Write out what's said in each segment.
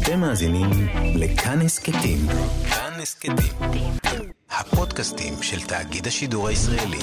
אתם מאזינים לכאן הסכתים. כאן הסכתים. הפודקאסטים של תאגיד השידור הישראלי.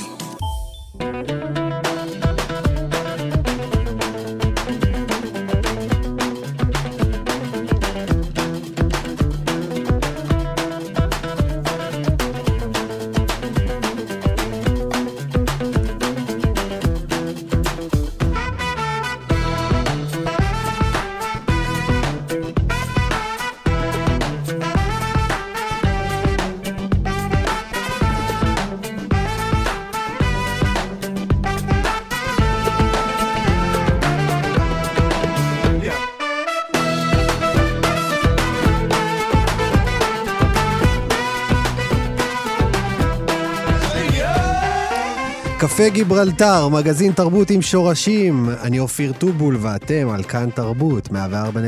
קפה גיברלטר, מגזין תרבות עם שורשים. אני אופיר טובול ואתם על כאן תרבות, 104.9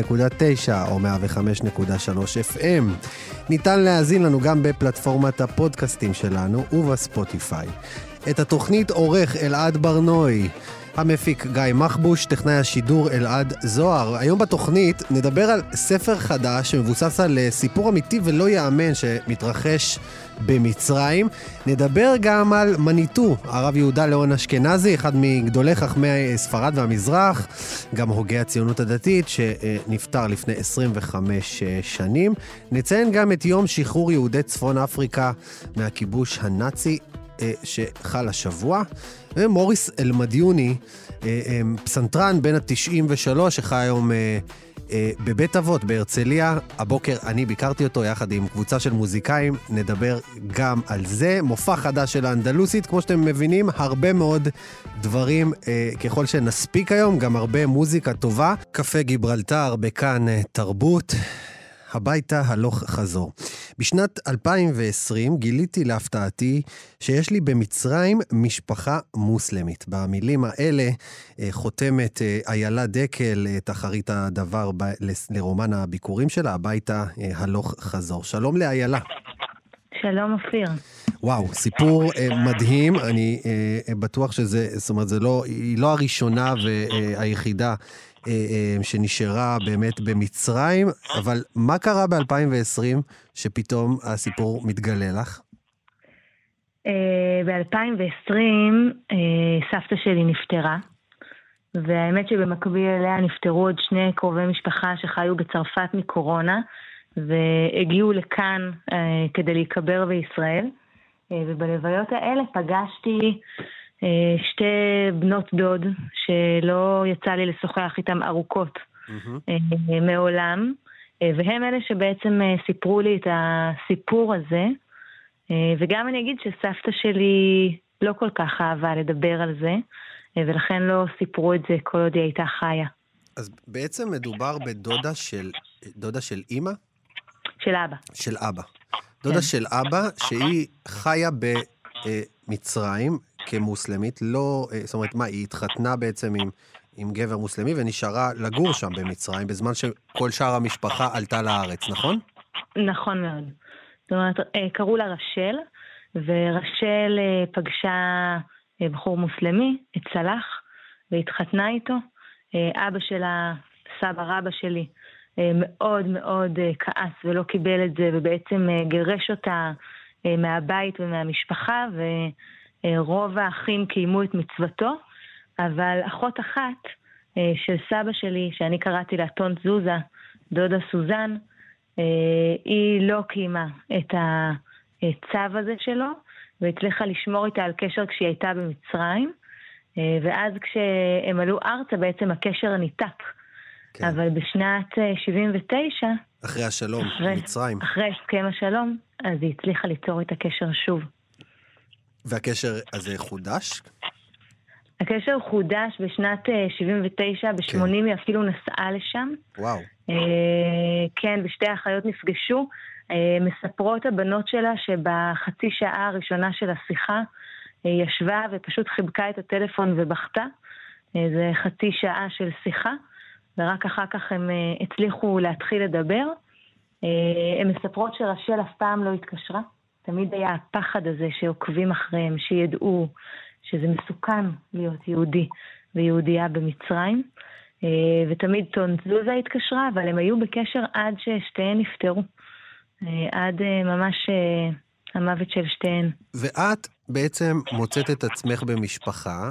או 105.3 FM. ניתן להאזין לנו גם בפלטפורמת הפודקאסטים שלנו ובספוטיפיי. את התוכנית עורך אלעד ברנוי, המפיק גיא מחבוש, טכנאי השידור אלעד זוהר. היום בתוכנית נדבר על ספר חדש שמבוסס על סיפור אמיתי ולא יאמן שמתרחש במצרים. נדבר גם על מניטו, הרב יהודה ליאון אשכנזי, אחד מגדולי חכמי ספרד והמזרח, גם הוגה הציונות הדתית שנפטר לפני 25 שנים. נציין גם את יום שחרור יהודי צפון אפריקה מהכיבוש הנאצי שחל השבוע. ומוריס אלמדיוני, פסנתרן בן ה-93, שחי היום בבית אבות בהרצליה. הבוקר אני ביקרתי אותו יחד עם קבוצה של מוזיקאים, נדבר גם על זה. מופע חדש של האנדלוסית, כמו שאתם מבינים, הרבה מאוד דברים ככל שנספיק היום, גם הרבה מוזיקה טובה. קפה גיברלטר בכאן תרבות, הביתה הלוך חזור. בשנת 2020 גיליתי להפתעתי שיש לי במצרים משפחה מוסלמית. במילים האלה חותמת איילה דקל את אחרית הדבר לרומן הביקורים שלה, הביתה הלוך חזור. שלום לאיילה. שלום אופיר. וואו, סיפור מדהים. אני בטוח שזה, זאת אומרת, היא לא הראשונה והיחידה שנשארה באמת במצרים, אבל מה קרה ב-2020 שפתאום הסיפור מתגלה לך? ב-2020 סבתא שלי נפטרה, והאמת שבמקביל אליה נפטרו עוד שני קרובי משפחה שחיו בצרפת מקורונה, והגיעו לכאן כדי להיקבר בישראל, ובלוויות האלה פגשתי שתי בנות דוד שלא יצא לי לשוחח איתם ארוכות מעולם, והם אלה שבעצם סיפרו לי את הסיפור הזה. וגם אני אגיד שסבתא שלי לא כל כך אהבה לדבר על זה, ולכן לא סיפרו את זה כל עוד היא הייתה חיה. אז בעצם מדובר דודה של אמא? של אבא. של אבא. דודה של אבא שהיא חיה במצרים כמוסלמית, לא, זאת אומרת, מה, היא התחתנה בעצם עם גבר מוסלמי ונשארה לגור שם במצרים, בזמן שכל שאר המשפחה עלתה לארץ, נכון? נכון מאוד. זאת אומרת, קראו לה רשל, ורשל פגשה בחור מוסלמי, את סלח, והתחתנה איתו. אבא שלה, סבא רבא שלי, מאוד מאוד כעס ולא קיבל את זה, ובעצם גירש אותה מהבית ומהמשפחה, רוב האחים קיימו את מצוותו, אבל אחות אחת של סבא שלי, שאני קראתי לה טונט זוזה, דודה סוזן, היא לא קיימה את הצו הזה שלו, והצליחה לשמור איתה על קשר כשהיא הייתה במצרים, ואז כשהם עלו ארצה בעצם הקשר ניתק. כן. אבל בשנת 79, אחרי השלום, מצרים. אחרי הסכם השלום, אז היא הצליחה ליצור את הקשר שוב. והקשר הזה חודש? הקשר חודש בשנת 79, ב-80 היא אפילו נסעה לשם. וואו. כן, ושתי האחיות נפגשו. מספרות הבנות שלה שבחצי שעה הראשונה של השיחה ישבה ופשוט חיבקה את הטלפון ובכתה. זה חצי שעה של שיחה, ורק אחר כך הם הצליחו להתחיל לדבר. הן מספרות שרשל אף פעם לא התקשרה. תמיד היה הפחד הזה שעוקבים אחריהם, שידעו שזה מסוכן להיות יהודי ויהודייה במצרים. ותמיד טונזוזה התקשרה, אבל הם היו בקשר עד ששתיהן נפטרו. עד ממש המוות של שתיהן. ואת בעצם מוצאת את עצמך במשפחה,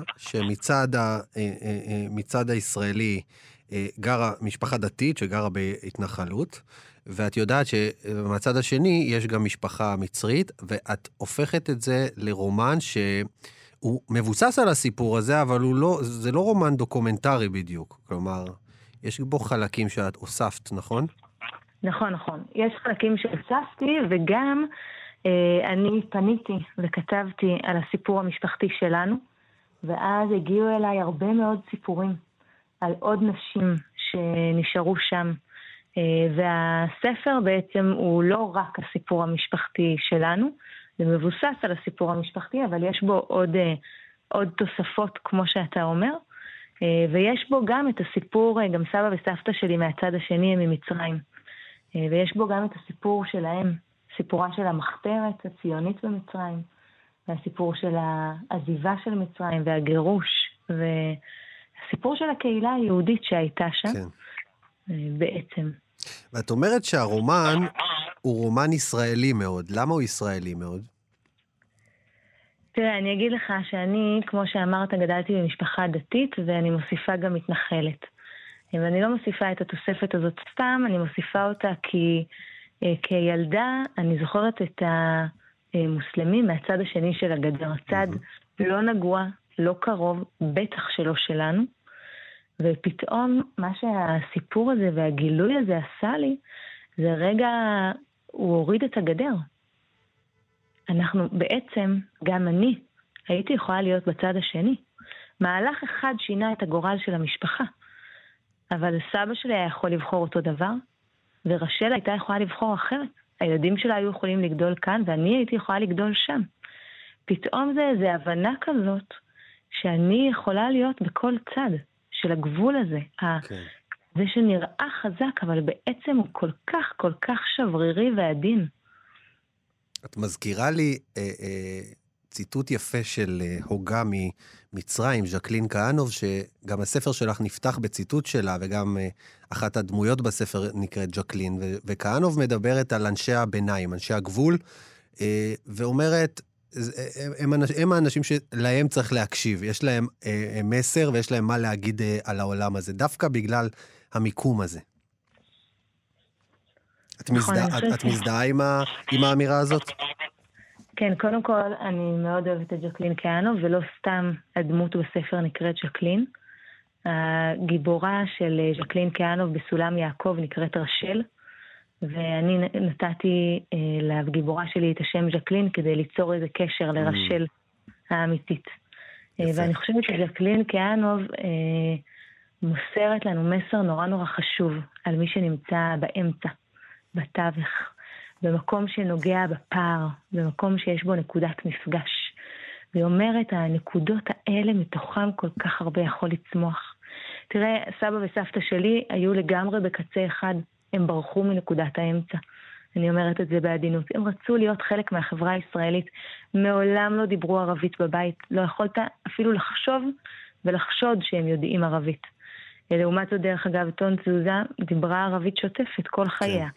מצד הישראלי גרה משפחה דתית שגרה בהתנחלות, ואת יודעת שבמצד השני יש גם משפחה מצרית, ואת הופכת את זה לרומן שהוא מבוסס על הסיפור הזה, אבל זה לא רומן דוקומנטרי בדיוק. כלומר, יש בו חלקים שאת הוספת, נכון? נכון. יש חלקים שהוספתי, וגם אני פניתי וכתבתי על הסיפור המשפחתי שלנו, ואז הגיעו אליי הרבה מאוד סיפורים על עוד נשים שנשארו שם, והספר בעצם הוא לא רק הסיפור המשפחתי שלנו, זה מבוסס על הסיפור המשפחתי, אבל יש בו עוד תוספות כמו שאתה אומר, ויש בו גם את הסיפור, גם סבא וסבתא שלי מהצד השני הם ממצרים, ויש בו גם את הסיפור שלהם, סיפורה של המחתרת הציונית במצרים, והסיפור של העזיבה של מצרים והגירוש, והסיפור של הקהילה היהודית שהייתה שם, כן. בעצם. ואת אומרת שהרומן הוא רומן ישראלי מאוד. למה הוא ישראלי מאוד? תראה, אני אגיד לך שאני, כמו שאמרת, גדלתי במשפחה דתית, ואני מוסיפה גם מתנחלת. ואני לא מוסיפה את התוספת הזאת סתם, אני מוסיפה אותה כי כילדה אני זוכרת את המוסלמים מהצד השני של הגדר. הצד לא נגוע, לא קרוב, בטח שלא שלנו. ופתאום מה שהסיפור הזה והגילוי הזה עשה לי, זה רגע, הוא הוריד את הגדר. אנחנו בעצם, גם אני, הייתי יכולה להיות בצד השני. מהלך אחד שינה את הגורל של המשפחה. אבל סבא שלי היה יכול לבחור אותו דבר, ורשל הייתה יכולה לבחור אחרת. הילדים שלה היו יכולים לגדול כאן, ואני הייתי יכולה לגדול שם. פתאום זה איזו הבנה כזאת, שאני יכולה להיות בכל צד של הגבול הזה. כן. זה שנראה חזק, אבל בעצם הוא כל כך שברירי ועדין. את מזכירה לי ציטוט יפה של הוגה ממצרים, ז'קלין כהנוב, שגם הספר שלך נפתח בציטוט שלה, וגם אחת הדמויות בספר נקראת ז'קלין, וכהנוב מדברת על אנשי הביניים, אנשי הגבול, ואומרת, הם האנשים שלהם צריך להקשיב, יש להם מסר ויש להם מה להגיד על העולם הזה, דווקא בגלל המיקום הזה. את מזדהה עם האמירה הזאת? כן, קודם כל אני מאוד אוהבת את ז'קלין כהנוב, ולא סתם הדמות בספר נקראת ז'קלין. הגיבורה של ז'קלין כהנוב בסולם יעקב נקראת רשל, ואני נתתי לגיבורה שלי את השם ז'קלין כדי ליצור איזה קשר לרשל האמיתית. ואני חושבת שז'קלין כהנוב מוסרת לנו מסר נורא חשוב על מי שנמצא באמצע, בתווך, במקום שנוגע בפער, במקום שיש בו נקודת מפגש. והיא אומרת, הנקודות האלה מתוכם כל כך הרבה יכול לצמוח. תראה, סבא וסבתא שלי היו לגמרי בקצה אחד, הם ברחו מנקודת האמצע. אני אומרת את זה בעדינות. הם רצו להיות חלק מהחברה הישראלית. מעולם לא דיברו ערבית בבית. לא יכולת אפילו לחשוב ולחשוד שהם יודעים ערבית. לעומת זאת, דרך אגב, טונזוזה דיברה ערבית שוטפת כל חייה.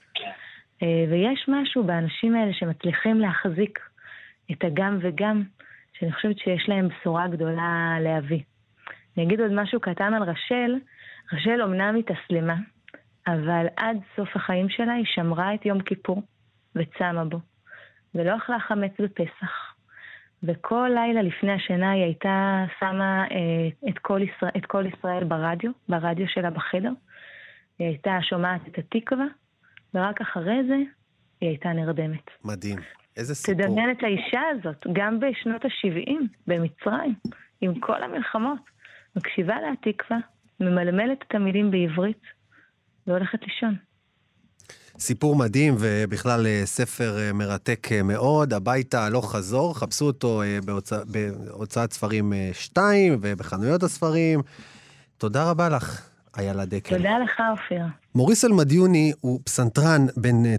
ויש משהו באנשים האלה שמצליחים להחזיק את הגם וגם, שאני חושבת שיש להם בשורה גדולה להביא. אני אגיד עוד משהו קטן על רשל. רשל אומנם התאסלמה, אבל עד סוף החיים שלה היא שמרה את יום כיפור וצמה בו, ולא אכלה חמץ בפסח. וכל לילה לפני השינה היא הייתה שמה את כל ישראל ברדיו שלה בחדר. היא הייתה שומעת את התקווה, ורק אחרי זה היא הייתה נרדמת. מדהים. איזה סיפור. תדמיין את האישה הזאת, גם בשנות ה-70 במצרים, עם כל המלחמות, מקשיבה להתקווה, ממלמלת את המילים בעברית, והולכת לישון. סיפור מדהים, ובכלל ספר מרתק מאוד. הביתה הלוך חזור, חפשו אותו בהוצאת ספרים 2 ובחנויות הספרים. תודה רבה לך, איילה דקל. תודה לך, אופיר. מוריס אלמדיוני הוא פסנתרן בן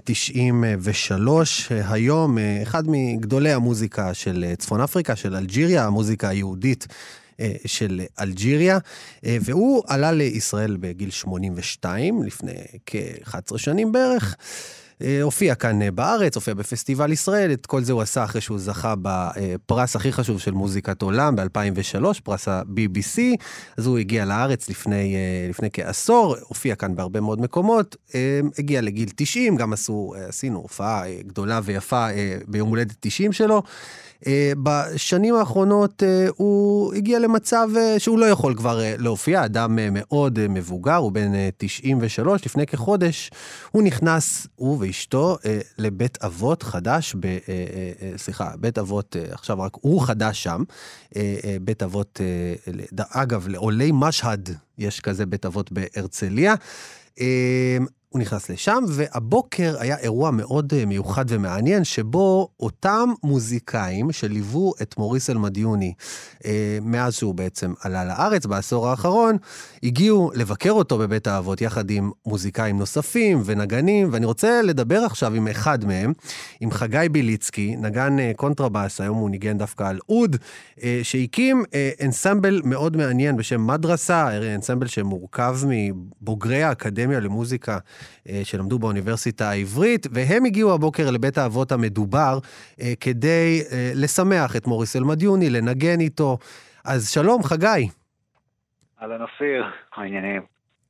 93, היום אחד מגדולי המוזיקה של צפון אפריקה, של אלג'יריה, המוזיקה היהודית. של אלג'יריה, והוא עלה לישראל בגיל 82, לפני כ-11 שנים בערך, הופיע כאן בארץ, הופיע בפסטיבל ישראל, את כל זה הוא עשה אחרי שהוא זכה בפרס הכי חשוב של מוזיקת עולם ב-2003, פרס ה-BBC, אז הוא הגיע לארץ לפני כעשור, הופיע כאן בהרבה מאוד מקומות, הגיע לגיל 90, גם עשינו הופעה גדולה ויפה ביום הולדת 90 שלו, בשנים האחרונות הוא הגיע למצב שהוא לא יכול כבר להופיע, אדם מאוד מבוגר, הוא בן 93, לפני כחודש הוא נכנס, הוא ואשתו, לבית אבות חדש, בית אבות, עכשיו רק הוא חדש שם, בית אבות, אגב, לעולי משהד, יש כזה בית אבות בהרצליה, הוא נכנס לשם, והבוקר היה אירוע מאוד מיוחד ומעניין, שבו אותם מוזיקאים שליוו את מוריס אלמדיוני, מאז שהוא בעצם עלה לארץ בעשור האחרון, הגיעו לבקר אותו בבית האבות, יחד עם מוזיקאים נוספים ונגנים, ואני רוצה לדבר עכשיו עם אחד מהם, עם חגי ביליצקי, נגן קונטרבאס, היום הוא ניגן דווקא על אוד, שהקים אנסמבל מאוד מעניין בשם מדרסה, אנסמבל שמורכב מבוגרי האקדמיה למוזיקה, שלמדו באוניברסיטה העברית, והם הגיעו הבוקר לבית האבות המדובר, כדי לשמח את מוריס אלמדיוני, לנגן איתו. אז שלום, חגי. אהלן אופיר, העניינים.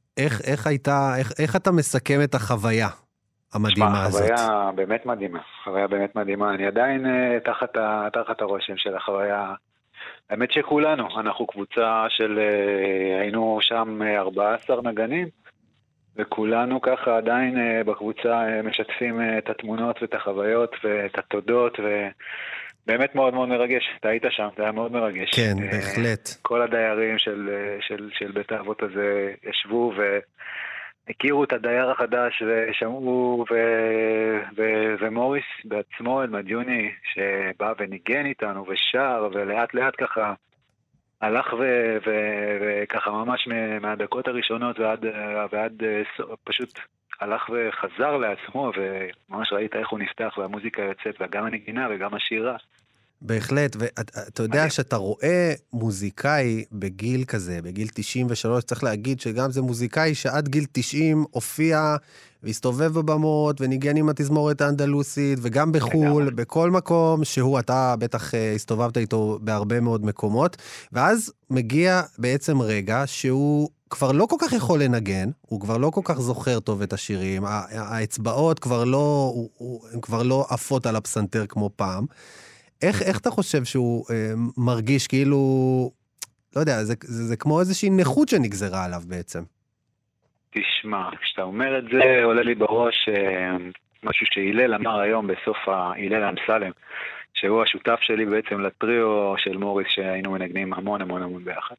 איך אתה מסכם את החוויה המדהימה הזאת? חוויה באמת מדהימה. אני עדיין תחת הרושם של החוויה. האמת שכולנו, אנחנו קבוצה של, היינו שם 14 נגנים, וכולנו ככה עדיין בקבוצה משתפים את התמונות ואת החוויות ואת התודות, ובאמת מאוד מאוד מרגש. אתה היית שם, זה היה מאוד מרגש. כן, בהחלט. כל הדיירים של בית האבות הזה ישבו והכירו את הדייר החדש ושמעו, ומוריס בעצמו, אלמדיוני, שבא וניגן איתנו ושר, ולאט לאט ככה הלך וככה ממש מהדקות הראשונות ועד פשוט הלך וחזר לעצמו, וממש ראית איך הוא נפתח והמוזיקה יוצאת, וגם הנגינה וגם השירה. בהחלט, ואתה יודע שאתה רואה מוזיקאי בגיל כזה, בגיל 93, צריך להגיד שגם זה מוזיקאי שעד גיל 90 הופיע והסתובב בבמות וניגן עם התזמורת האנדלוסית, וגם בחול, בכל מקום שהוא, אתה בטח הסתובבת איתו בהרבה מאוד מקומות, ואז מגיע בעצם רגע שהוא כבר לא כל כך יכול לנגן, הוא כבר לא כל כך זוכר טוב את השירים, האצבעות כבר לא עפות על הפסנתר כמו פעם. איך אתה חושב שהוא מרגיש כאילו, לא יודע, זה כמו איזושהי נכות שנגזרה עליו בעצם? תשמע, כשאתה אומר את זה, עולה לי בראש משהו שהילל אמר היום בסוף הילל אמסלם, שהוא השותף שלי בעצם לטריו של מוריס, שהיינו מנגנים המון ביחד.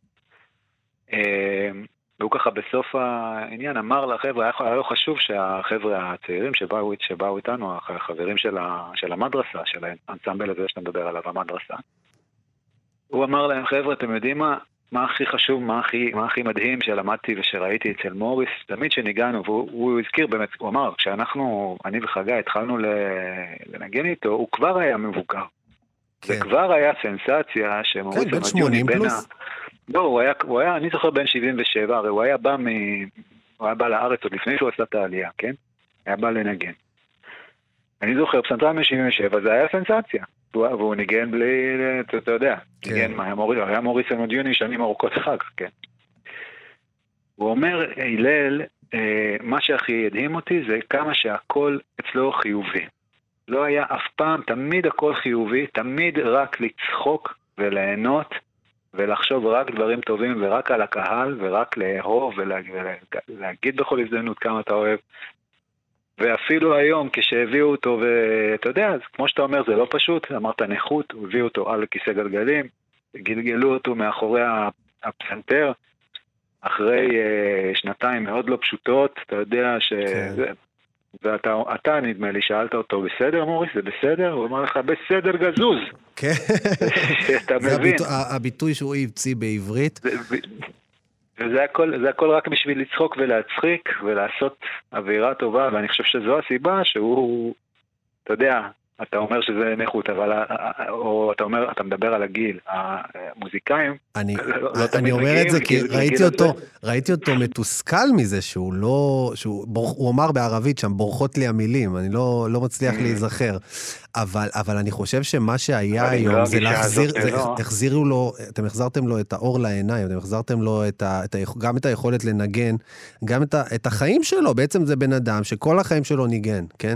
והוא ככה בסוף העניין אמר לחבר'ה, היה לו חשוב שהחבר'ה הצעירים שבאו איתנו, החברים של המדרסה, של האנסמבל הזה שאתה מדבר עליו, המדרסה, הוא אמר להם, חבר'ה, אתם יודעים מה הכי חשוב, מה הכי מדהים שלמדתי ושראיתי אצל מוריס, תמיד שניגענו, והוא הזכיר באמת, הוא אמר, כשאנחנו, אני וחגי, התחלנו לנגן איתו, הוא כבר היה מבוגר. זה כבר היה סנסציה שמוריס... כן, בן 80 פלוס. לא, הוא היה, אני זוכר בן 77, הרי הוא היה בא לארץ עוד לפני שהוא עשה את העלייה, כן? היה בא לנגן. אני זוכר, פסנתרן בן 77, זה היה סנסציה. והוא ניגן בלי, אתה יודע, ניגן מה, היה מוריס אלמדיוני שנים ארוכות חג, כן. הוא אומר, הילל, מה שהכי הדהים אותי זה כמה שהכל אצלו חיובי. לא היה אף פעם, תמיד הכל חיובי, תמיד רק לצחוק וליהנות, ולחשוב רק דברים טובים, ורק על הקהל, ורק לאהוב, ולהגיד בכל הזדמנות כמה אתה אוהב. ואפילו היום, כשהביאו אותו, ואתה יודע, כמו שאתה אומר, זה לא פשוט, אמרת נכות, הביאו אותו על כיסא גלגלים, גלגלו אותו מאחורי הפסנתר, אחרי שנתיים מאוד לא פשוטות, אתה יודע שזה... ואתה נדמה לי, שאלת אותו, בסדר מוריס, זה בסדר? הוא אמר לך, בסדר גזוז. כן. אתה מבין. זה הביטוי שהוא המציא בעברית. וזה הכל רק בשביל לצחוק ולהצחיק ולעשות אווירה טובה, ואני חושב שזו הסיבה שהוא, אתה יודע, אתה אומר שזה נכות, אבל, או אתה מדבר על הגיל, המוזיקאים, אני אומר את זה כי ראיתי אותו מתוסכל מזה שהוא לא, הוא אמר בערבית שם, בורחות לי המילים, אני לא מצליח להיזכר, אבל אני חושב שמה שהיה היום זה החזירו לו, אתם החזרתם לו את האור לעיניים, אתם החזרתם לו גם את היכולת לנגן, גם את החיים שלו, בעצם זה בן אדם שכל החיים שלו ניגן, כן?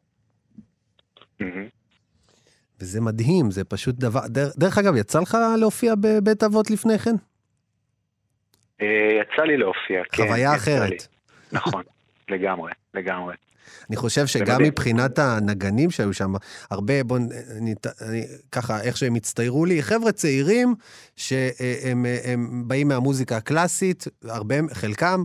וזה מדהים, זה פשוט דבר... דרך אגב, יצא לך להופיע בבית אבות לפני כן? יצא לי להופיע, כן. חוויה אחרת. נכון, לגמרי. אני חושב שגם מבחינת הנגנים שהיו שם, הרבה, ככה, איך שהם הצטיירו לי, חבר'ה צעירים שהם באים מהמוזיקה הקלאסית, חלקם,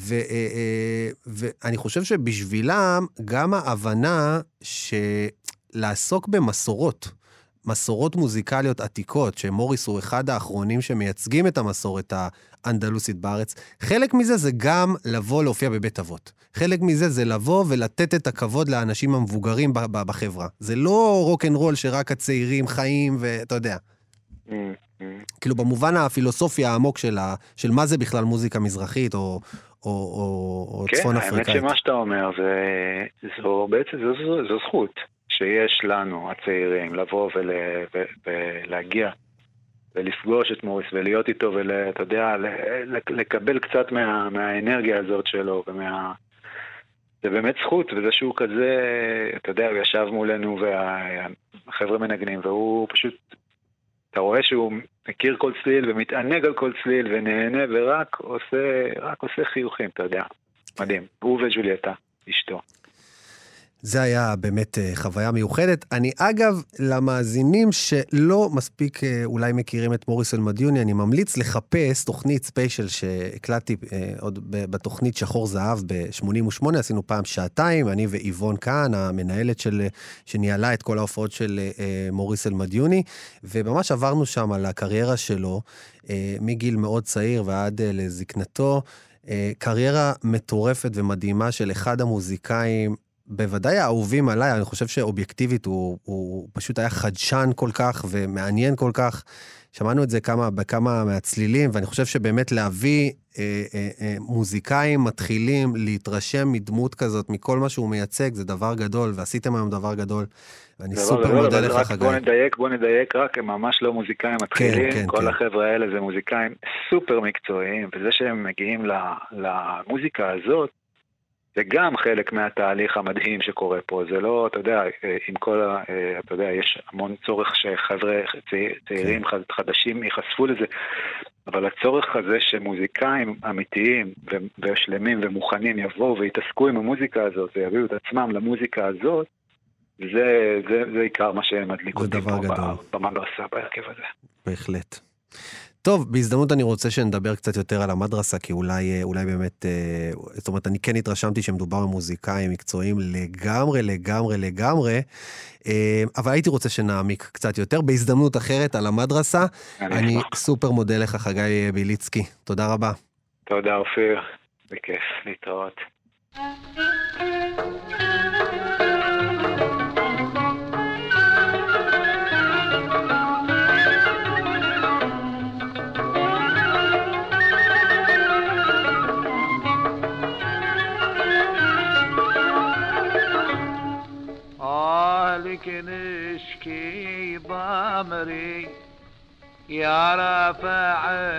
ואני חושב שבשבילם גם ההבנה לעסוק מסורות מוזיקליות עתיקות, שמוריס הוא אחד האחרונים שמייצגים את המסורת האנדלוסית בארץ, חלק מזה זה גם לבוא להופיע בבית אבות. חלק מזה זה לבוא ולתת את הכבוד לאנשים המבוגרים בחברה. זה לא רוק-אנד-רול שרק הצעירים חיים ואתה יודע. כאילו במובן הפילוסופיה העמוק של מה זה בכלל מוזיקה מזרחית או צפון אפריקאית. האמת שמה שאתה אומר זו זכות. שיש לנו, הצעירים, לבוא ולהגיע ולפגוש את מוריס ולהיות איתו ואתה יודע, לקבל קצת מהאנרגיה הזאת שלו זה באמת זכות, וזה שהוא כזה, אתה יודע, הוא ישב מולנו והחבר'ה מנגנים, והוא פשוט, אתה רואה שהוא מכיר כל צליל ומתענג על כל צליל ונהנה ורק עושה חיוכים, אתה יודע, מדהים. הוא וג'ולייטה, אשתו. זה היה באמת חוויה מיוחדת. אני אגב, למאזינים שלא מספיק אולי מכירים את מוריס אלמדיוני, אני ממליץ לחפש תוכנית ספיישל שהקלטתי עוד בתוכנית שחור זהב ב-88, עשינו פעם שעתיים, אני ואיבון כאן, המנהלת שניהלה את כל ההופעות של מוריס אלמדיוני, וממש עברנו שם על הקריירה שלו, מגיל מאוד צעיר ועד לזקנתו, קריירה מטורפת ומדהימה של אחד המוזיקאים, בוודאי האהובים עליי, אני חושב שאובייקטיבית הוא פשוט היה חדשן כל כך ומעניין כל כך. שמענו את זה בכמה מהצלילים, ואני חושב שבאמת להביא מוזיקאים מתחילים להתרשם מדמות כזאת, מכל מה שהוא מייצג, זה דבר גדול, ועשיתם היום דבר גדול. ואני סופר מודה לך, חגי. בוא נדייק, רק הם ממש לא מוזיקאים מתחילים, כל החבר'ה האלה זה מוזיקאים סופר מקצועיים, וזה שהם מגיעים למוזיקה הזאת, זה גם חלק מהתהליך המדהים שקורה פה, זה לא, אתה יודע, עם כל, אתה יודע, יש המון צורך שחבר'ה צעירים חדשים ייחשפו לזה, אבל הצורך הזה שמוזיקאים אמיתיים ושלמים ומוכנים יבואו ויתעסקו עם המוזיקה הזאת, ויביאו את עצמם למוזיקה הזאת, זה עיקר מה שמדליק אותי פה במדרסה בהרכב הזה. בהחלט. טוב, בהזדמנות אני רוצה שנדבר קצת יותר על המדרסה, כי אולי באמת, זאת אומרת, אני כן התרשמתי שמדובר במוזיקאים מקצועיים לגמרי, אבל הייתי רוצה שנעמיק קצת יותר, בהזדמנות אחרת על המדרסה. אני סופר מודה לך, חגי ביליצקי. תודה רבה. תודה, אופיר. בכיף, להתראות. نشكي ضمري يا رافع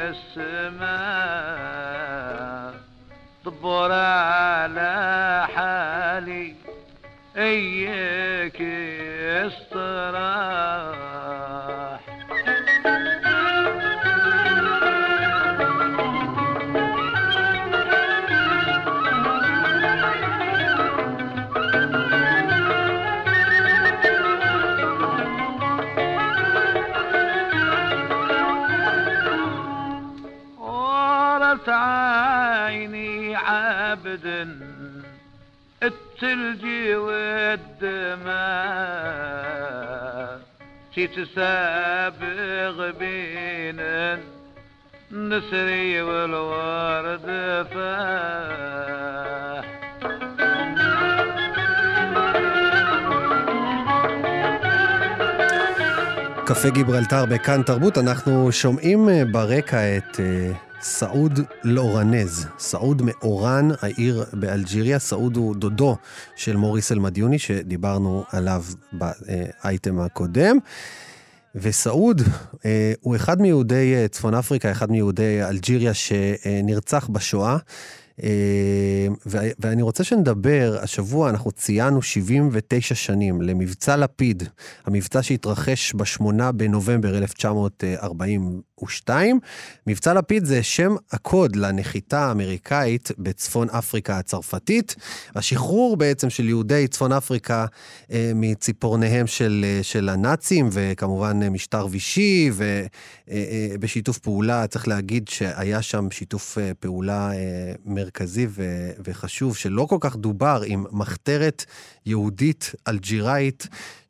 السماء طبر على حالي ايك استراح عيني عبد الثلج والدماء شي تسابق بين النسري والورد فاح קפה גיברלטר בכאן תרבות. אנחנו שומעים ברקע את סעוד לאורנז. סעוד מאורן, העיר באלג'יריה. סעוד הוא דודו של מוריס אל-מדיוני, שדיברנו עליו באייטם הקודם. וסעוד הוא אחד מיהודי צפון אפריקה, אחד מיהודי אלג'יריה שנרצח בשואה. ואני רוצה שנדבר, השבוע אנחנו ציינו 79 שנים למבצע לפיד, המבצע שהתרחש ב8 בנובמבר 1942. מבצע לפיד זה שם הקוד לנחיתה האמריקאית בצפון אפריקה הצרפתית, השחרור בעצם של יהודי צפון אפריקה מציפורניהם של הנאצים, וכמובן משטר וישי, ובשיתוף פעולה, צריך להגיד שהיה שם שיתוף פעולה מרכזי וחשוב, שלא כל כך דובר, עם מחתרת יהודית אלג'יראית,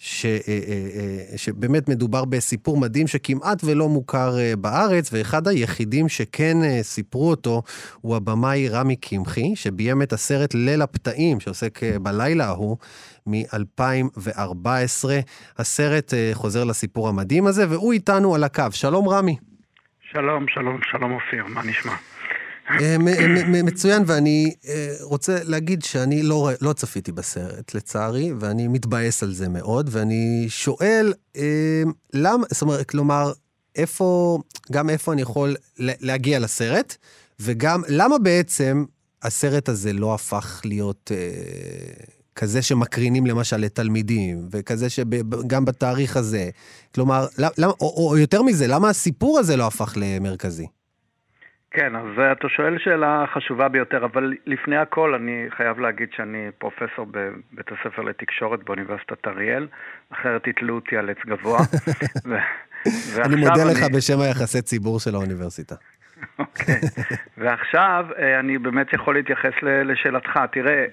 שבאמת מדובר בסיפור מדהים שכמעט ולא מוכר בארץ, ואחד היחידים שכן סיפרו אותו הוא הבמאי רמי קמחי, שביים את הסרט ליל הפתאים, שעוסק בלילה ההוא מ-2014. הסרט חוזר לסיפור המדהים הזה, והוא איתנו על הקו. שלום רמי. שלום אופיר, מה נשמע? מצוין, ואני רוצה להגיד שאני לא צפיתי בסרט, לצערי, ואני מתבאס על זה מאוד, ואני שואל, למה, זאת אומרת, כלומר, איפה אני יכול להגיע לסרט, וגם למה בעצם הסרט הזה לא הפך להיות כזה שמקרינים למשל לתלמידים, וכזה שגם בתאריך הזה, כלומר, או יותר מזה, למה הסיפור הזה לא הפך למרכזי? כן, אז אתה שואל שאלה חשובה ביותר, אבל לפני הכל אני חייב להגיד שאני פרופסור בבית הספר לתקשורת באוניברסיטת אריאל, אחרת התלו אותי על עץ גבוה. אני מודה לך בשם היחסי ציבור של האוניברסיטה. אוקיי, ועכשיו אני באמת יכול להתייחס לשאלתך. תראה,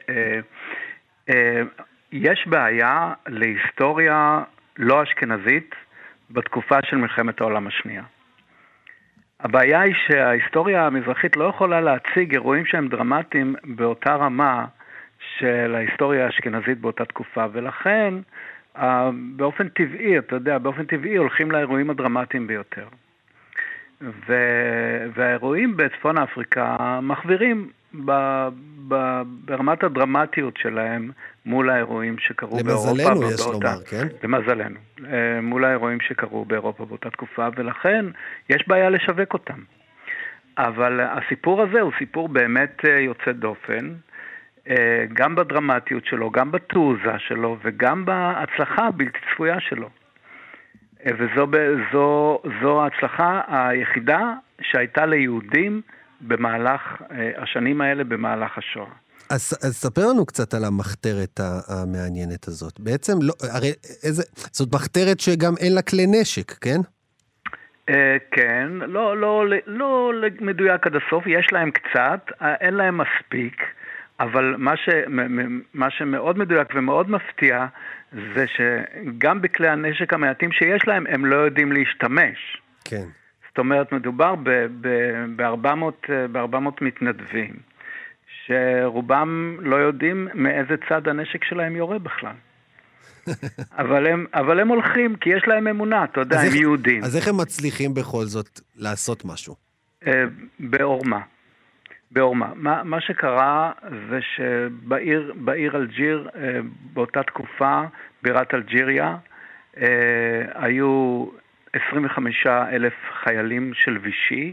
יש בעיה להיסטוריה לא אשכנזית בתקופה של מלחמת העולם השנייה. הבעיה היא שההיסטוריה המזרחית לא יכולה להציג אירועים שהם דרמטיים באותה רמה של ההיסטוריה האשכנזית באותה תקופה, ולכן באופן טבעי, אתה יודע, באופן טבעי הולכים לאירועים הדרמטיים ביותר. והאירועים בצפון אפריקה מחווירים ברמת הדרמטיות שלהם מול האירועים שקרו באירופה. למזלנו יש לומר, כן? למזלנו. מול האירועים שקרו באירופה באותה תקופה, ולכן יש בעיה לשווק אותם. אבל הסיפור הזה הוא סיפור באמת יוצא דופן, גם בדרמטיות שלו, גם בתעוזה שלו, וגם בהצלחה הבלתי צפויה שלו. וזו ההצלחה היחידה שהייתה ליהודים במהלך השנים האלה, במהלך השואה. אז ספר לנו קצת על המחתרת המעניינת הזאת. בעצם, הרי זאת מחתרת שגם אין לה כלי נשק, כן? כן, לא מדויק עד הסוף, יש להם קצת, אין להם מספיק, אבל מה שמאוד מדויק ומאוד מפתיע, זה שגם בכלי הנשק המעטים שיש להם, הם לא יודעים להשתמש. כן. זאת אומרת, מדובר ב-400 מתנדבים, שרובם לא יודעים מאיזה צד הנשק שלהם יורה בכלל. אבל הם הולכים, כי יש להם אמונה, אתה יודע, הם יהודים. אז איך הם מצליחים בכל זאת לעשות משהו? בעורמה. מה שקרה זה שבעיר אלג'יר, באותה תקופה, בירת אלג'יריה, היו 25,000 חיילים של וישי,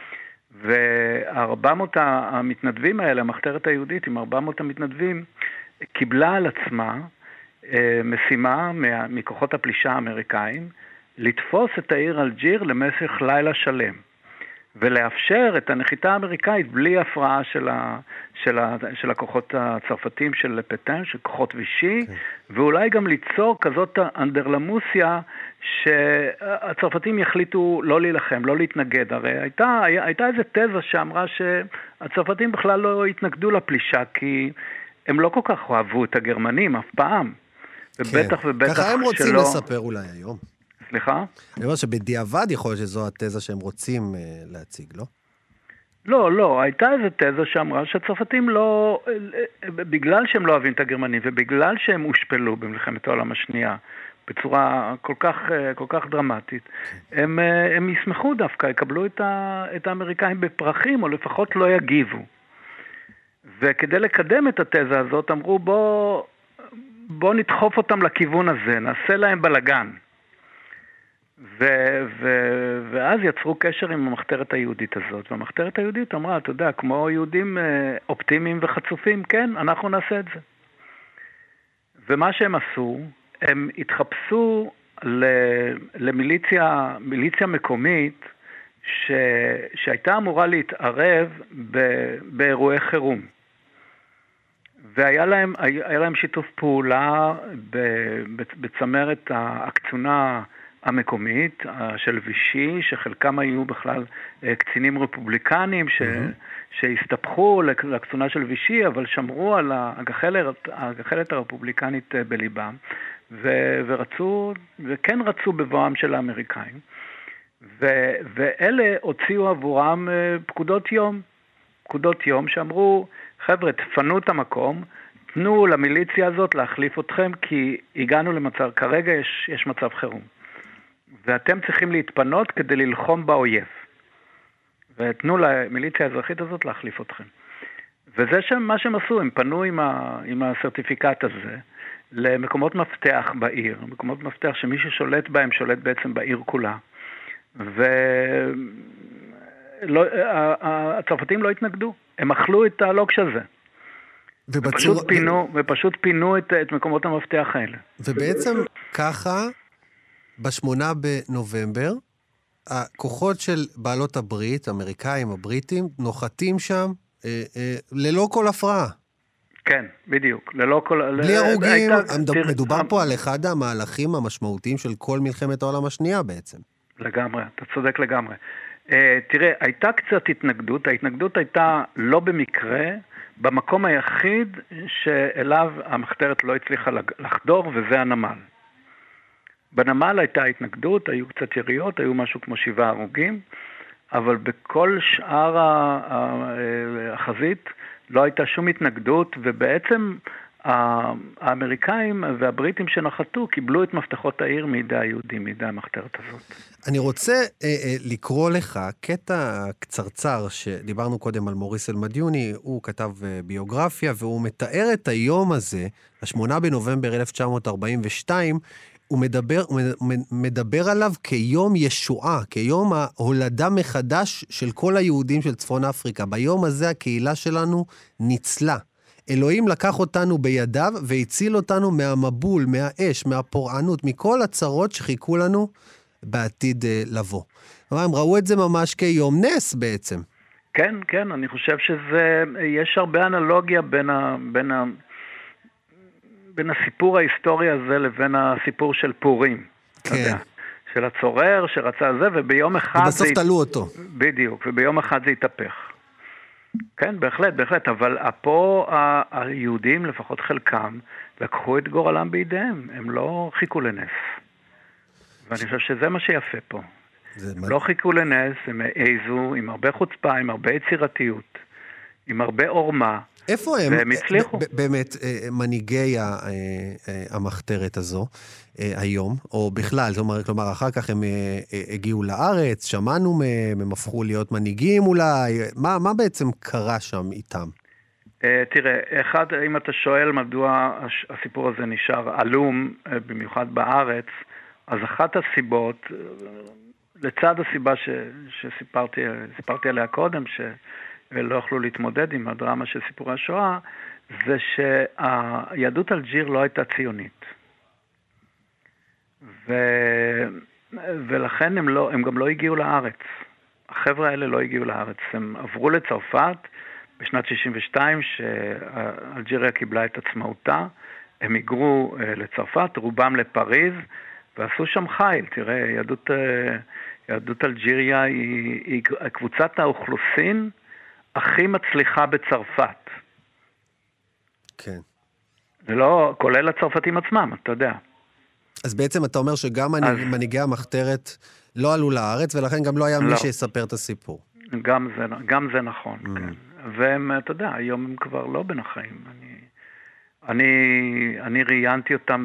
ו400 המתנדבים האלה, המחתרת היהודית עם 400 המתנדבים, קיבלה על עצמה משימה מכוחות הפלישה האמריקאים, לתפוס את העיר אלג'יר למשך לילה שלם, ולאפשר את הנחיתה האמריקאית בלי הפרעה של הכוחות הצרפתים של לפטן, של כוחות וישי, ואולי גם ליצור כזאת אנדרלמוסיה שהצרפתים יחליטו לא להילחם, לא להתנגד. הרי הייתה איזו תזה שאמרה שהצרפתים בכלל לא התנגדו לפלישה, כי הם לא כל כך אוהבו את הגרמנים אף פעם. ובטח ובטח שלא. ככה הם רוצים לספר אולי היום. סליחה? אני אומר שבדיעבד יכול להיות שזו התזה שהם רוצים להציג, לא? לא, הייתה איזו תזה שאמרה שהצרפתים לא, בגלל שהם לא אוהבים את הגרמנים, ובגלל שהם הושפלו במלחמת העולם השנייה, בצורה כל כך דרמטית, הם ישמחו דווקא, יקבלו את האמריקאים בפרחים, או לפחות לא יגיבו. וכדי לקדם את התזה הזאת, אמרו בוא נדחוף אותם לכיוון הזה, נעשה להם בלגן. ואז יצרו קשר עם המחתרת היהודית הזאת, והמחתרת היהודית אמרה, אתה יודע, כמו יהודים אופטימיים וחצופים, כן, אנחנו נעשה את זה. ומה שהם עשו, הם התחפשו למיליציה מקומית, שהייתה אמורה להתערב באירועי חירום. והיה להם שיתוף פעולה בצמרת הקצונה המקומית של וישי, שחלקם היו בכלל קצינים רפובליקנים שהסתפחו לקצונה של וישי, אבל שמרו על הגחלת הרפובליקנית בליבם, וכן רצו בבואם של האמריקאים. ואלה הוציאו עבורם פקודות יום שאמרו, חבר'ה, תפנו את המקום, תנו למיליציה הזאת להחליף אתכם, כי הגענו למצב, כרגע יש מצב חירום. ואתם צריכים להתפנות כדי ללחום באויב. ותנו למיליציה האזרחית הזאת להחליף אתכם. וזה מה שהם עשו, הם פנו עם הסרטיפיקט הזה למקומות מפתח בעיר, מקומות מפתח שמי ששולט בהם שולט בעצם בעיר כולה. והצרפתים לא התנגדו, הם אכלו את הלוקש הזה. ופשוט פינו את מקומות המפתח האלה. ובעצם ככה, ב8 בנובמבר, הכוחות של בעלות הברית, האמריקאים, הבריטים, נוחתים שם ללא כל הפרעה. כן, בדיוק. ללא כל... בלי הרוגים, מדובר פה על אחד המהלכים המשמעותיים של כל מלחמת העולם השנייה בעצם. לגמרי, אתה צודק לגמרי. תראה, הייתה קצת התנגדות, ההתנגדות הייתה לא במקרה, במקום היחיד שאליו המחתרת לא הצליחה לחדור, וזה הנמל. בנמל הייתה התנגדות, היו קצת יריות, היו משהו כמו 7 הרוגים, אבל בכל שאר החזית לא הייתה שום התנגדות, ובעצם האמריקאים והבריטים שנחתו קיבלו את מפתחות העיר מידי היהודים, מידי המחתרת הזאת. אני רוצה לקרוא לך קטע קצרצר שדיברנו קודם על מוריס אלמדיוני, הוא כתב ביוגרפיה והוא מתאר את היום הזה, 8 בנובמבר 1942, הוא מדבר עליו כיום ישועה, כיום ההולדה מחדש של כל היהודים של צפון אפריקה. ביום הזה הקהילה שלנו ניצלה. אלוהים לקח אותנו בידיו והציל אותנו מהמבול, מהאש, מהפורענות, מכל הצרות שחיכו לנו בעתיד לבוא. הם ראו את זה ממש כיום נס בעצם. כן, כן, אני חושב יש הרבה אנלוגיה בין הסיפור ההיסטורי הזה לבין הסיפור של פורים. כן. של הצורר שרצה זה, וביום אחד... ובסוף תלו אותו. בדיוק, וביום אחד זה התהפך. כן, בהחלט, אבל פה היהודים, לפחות חלקם, לקחו את גורלם בידיהם, הם לא חיכו לנס. ואני חושב שזה מה שיפה פה. הם לא חיכו לנס, הם העזו עם הרבה חוצפה, עם הרבה יצירתיות, עם הרבה עורמה, איפה הם? והם הצליחו. באמת, מנהיגי המחתרת הזו היום, או בכלל, כלומר, אחר כך הם הגיעו לארץ, שמענו מהם, הם הפכו להיות מנהיגים אולי, מה בעצם קרה שם איתם? תראה, אם אתה שואל מדוע הסיפור הזה נשאר עלום, במיוחד בארץ, אז אחת הסיבות, לצד הסיבה שסיפרתי עליה קודם, ולא יכלו להתמודד עם הדרמה של סיפורי השואה, זה שהיהדות אלג'יר לא הייתה ציונית. ולכן הם גם לא הגיעו לארץ. החבר'ה האלה לא הגיעו לארץ. הם עברו לצרפת בשנת 62, שאלג'יריה קיבלה את עצמאותה. הם היגרו לצרפת, רובם לפריז, ועשו שם חיל. תראה, יהדות אלג'יריה היא קבוצת האוכלוסין הכי מצליחה בצרפת. כן. זה לא, כולל הצרפתים עצמם, אתה יודע. אז בעצם אתה אומר שגם מנהיגי המחתרת לא עלו לארץ, ולכן גם לא היה מי שיספר את הסיפור. גם זה נכון, כן. והם, אתה יודע, היום הם כבר לא בין החיים. אני ראיינתי אותם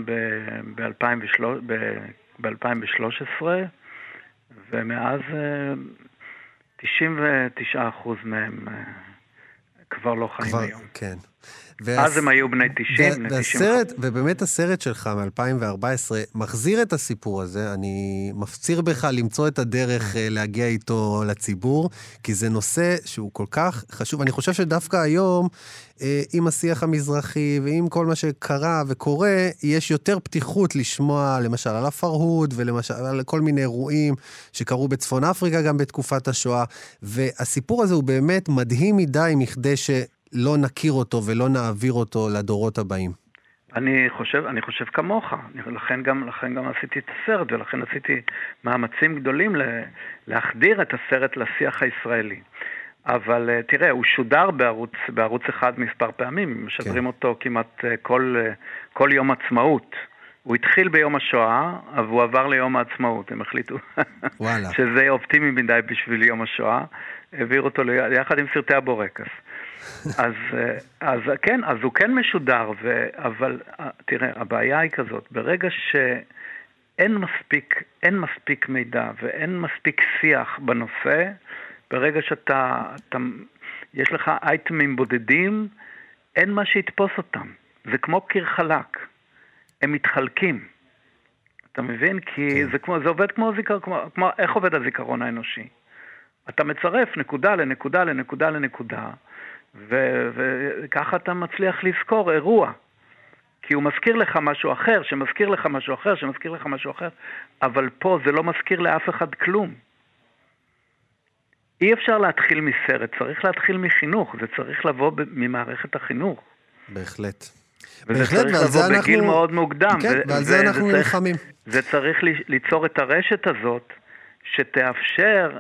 ב-2013, ומאז 99% מהם כבר לא חיים היום. כן. אז הם היו בני 90, בני 90. ובאמת הסרט שלך מ-2014 מחזיר את הסיפור הזה. אני מפציר בך למצוא את הדרך להגיע איתו לציבור, כי זה נושא שהוא כל כך חשוב. אני חושב שדווקא היום, עם השיח המזרחי ועם כל מה שקרה וקורה, יש יותר פתיחות לשמוע למשל על הפרהוד ולמשל על כל מיני אירועים שקרו בצפון אפריקה גם בתקופת השואה, והסיפור הזה הוא באמת מדהים מדי מכדי לא נכיר אותו ולא נעביר אותו לדורות הבאים. אני חושב כמוך, לכן גם עשיתי את הסרט, ולכן עשיתי מאמצים גדולים להחדיר את הסרט לשיח הישראלי. אבל תראה, הוא שודר בערוץ אחד מספר פעמים, משדרים אותו כמעט כל יום עצמאות. הוא התחיל ביום השואה, אבל הוא עבר ליום העצמאות, הם החליטו שזה אופטימי מדי בשביל יום השואה, העביר אותו יחד עם סרטי הבורקס. אז הוא כן משודר, אבל תראה, הבעיה היא כזאת, ברגע שאין מספיק מידע ואין מספיק שיח בנושא, ברגע יש לך אייטמים בודדים, אין מה שיתפוס אותם. זה כמו קיר חלק. הם מתחלקים. אתה מבין? כי זה עובד כמו איך עובד הזיכרון האנושי? אתה מצרף נקודה לנקודה לנקודה לנקודה, וככה אתה מצליח לזכור אירוע. כי הוא מזכיר לך משהו אחר, שמזכיר לך משהו אחר, שמזכיר לך משהו אחר, אבל פה זה לא מזכיר לאף אחד כלום. אי אפשר להתחיל מסרט, צריך להתחיל מחינוך, זה צריך לבוא ממערכת החינוך. בהחלט. וזה צריך לבוא בגיל מאוד מוקדם. כן, ועל זה אנחנו נלחמים. זה צריך ליצור את הרשת הזאת, שתאפשר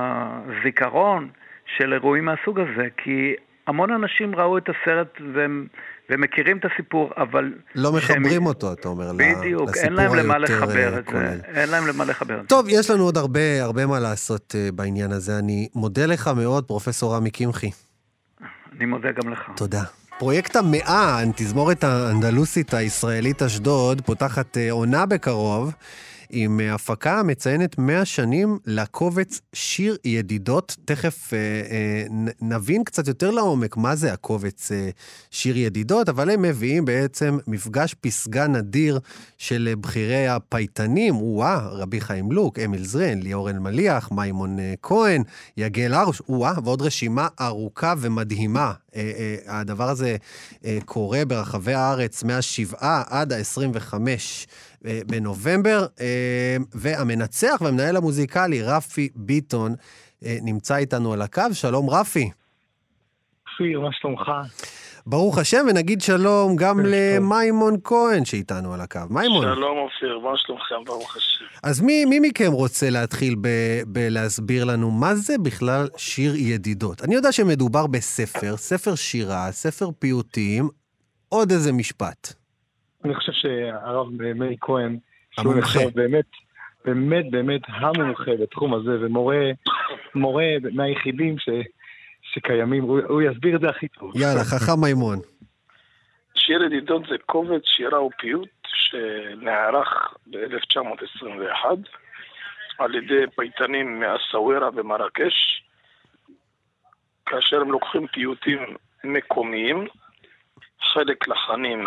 זיכרון של אירועים מהסוג הזה, כי המון אנשים ראו את הסרט ומכירים את הסיפור, אבל... לא מחברים אותו, אתה אומר, בדיוק, אין להם למה לחבר את זה. אין להם למה לחבר את זה. טוב, יש לנו עוד הרבה מה לעשות בעניין הזה. אני מודה לך מאוד, פרופסור רמי קמחי. אני מודה גם לך. תודה. פרויקט המאה, תזמורת האנדלוסית הישראלית אשדוד, פותחת עונה בקרוב, עם הפקה מציינת 100 שנים לקובץ שיר ידידות. תכף נבין קצת יותר לעומק מה זה הקובץ שיר ידידות, אבל הם מביאים בעצם מפגש פסגה נדיר של בחירי הפייטנים, רבי חיים לוק, אמיל זרין, ליאור אלמליח, מימון כהן, יגל הרוש, ועוד רשימה ארוכה ומדהימה. הדבר הזה קורה ברחבי הארץ מה-7 עד ה-25 בנובמבר, והמנצח והמנהל המוזיקלי רפי ביטון נמצא איתנו על הקו. שלום רפי. פיר, מה שלומך? ברוך השם, ונגיד שלום גם למימון כהן שאיתנו על הקו. מימון. שלום אופיר, מה שלומכם? ברוך השם. אז מי מכם רוצה להתחיל בלהסביר לנו מה זה בכלל שיר ידידות? אני יודע שמדובר ספר שירה, ספר פיוטים, עוד איזה משפט. אני חושב שהרב מאיר כהן, שהוא נחשב באמת המומחה בתחום הזה, ומורה מהיחידים שקיימים, הוא יסביר את זה הכי טוב. יאללה, חכם מימון. שיר ידידות זה קובץ שירה ופיוט שנערך ב-1921 על ידי פייטנים מהסווירה ומרקש, כאשר הם לוקחים פיוטים מקומיים, חלק לחנים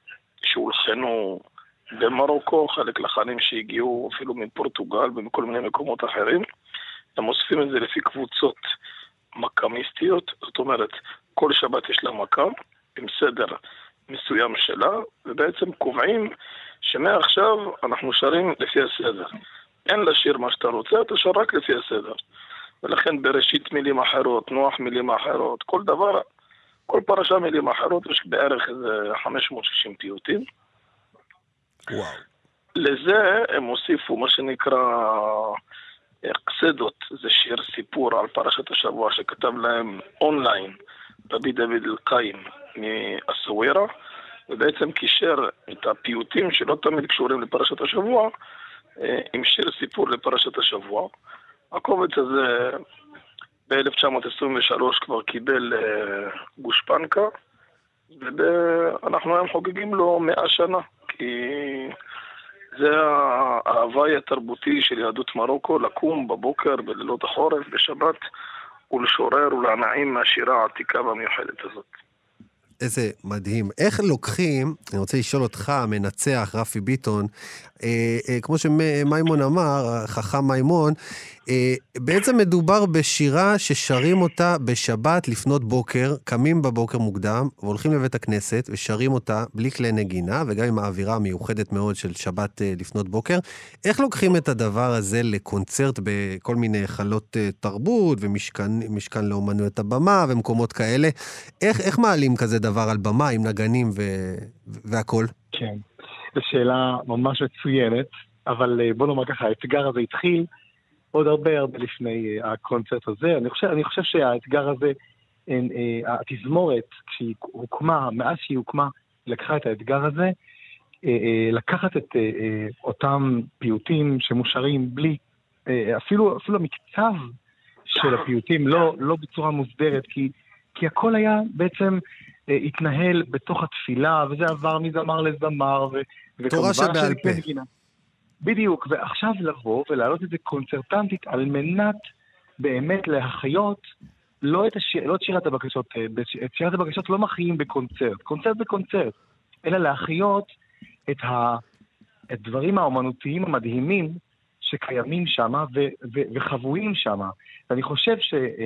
שהולחנו במרוקו, חלק לחנים שהגיעו אפילו מפורטוגל ומכל מיני מקומות אחרים. הם אוספים את זה לפי קבוצות מקמיסטיות, זאת אומרת, כל שבת יש לה מקם, עם סדר מסוים שלה, ובעצם קובעים שמעכשיו אנחנו שרים לפי הסדר. אין לשיר מה שאתה רוצה, אתה שר רק לפי הסדר. ולכן בראשית מילים אחרות, נוח מילים אחרות, כל דבר, כל פרשה מילים אחרות, יש בערך איזה 560 פיוטים. וואו. לזה הם הוסיפו מה שנקרא קסדות, זה שיר סיפור על פרשת השבוע שכתב להם אונליין רבי דוד אלקיים מהסווירה, ובעצם קישר את הפיוטים שלא תמיד קשורים לפרשת השבוע עם שיר סיפור לפרשת השבוע. הקובץ הזה ב-1923 כבר קיבל גושפנקה, ואנחנו היום חוגגים לו 100 שנה, כי זה ההוואי התרבותי של יהדות מרוקו, לקום בבוקר, בלילות החורף, בשבת, ולשורר ולהנעים מהשירה העתיקה והמיוחדת הזאת. איזה מדהים. איך לוקחים, אני רוצה לשאול אותך, מנצח, רפי ביטון, כמו שמיימון אמר, חכם מיימון, בעצם מדובר בשירה ששרים אותה בשבת לפנות בוקר, קמים בבוקר מוקדם, והולכים לבית הכנסת, ושרים אותה בלי כלי נגינה, וגם עם האווירה המיוחדת מאוד של שבת לפנות בוקר. איך לוקחים את הדבר הזה לקונצרט בכל מיני חלות תרבות, ומשכן לאומנויות הבמה, ומקומות כאלה? איך מעלים כזה דבר על במה עם נגנים והכל? כן, זו שאלה ממש מצוינת, אבל בוא נאמר ככה, האתגר הזה התחיל עוד הרבה לפני הקונצרט הזה. אני חושב שהאתגר הזה, התזמורת, כשהיא הוקמה, מאז שהיא הוקמה, לקחה את האתגר הזה, לקחת את אותם פיוטים שמושרים בלי, אפילו המקצב של הפיוטים, לא בצורה מוסדרת, כי הכל היה בעצם התנהל בתוך התפילה, וזה עבר מזמר לזמר, תורה שבעל פה. בדיוק, ועכשיו לבוא ולהעלות את זה קונצרטנטית על מנת באמת להחיות לא את שירת הבקשות, את שירת הבקשות לא מחיים בקונצרט, קונצרט בקונצרט, אלא להחיות את הדברים האומנותיים המדהימים שקיימים שם וחבויים שם. ואני חושב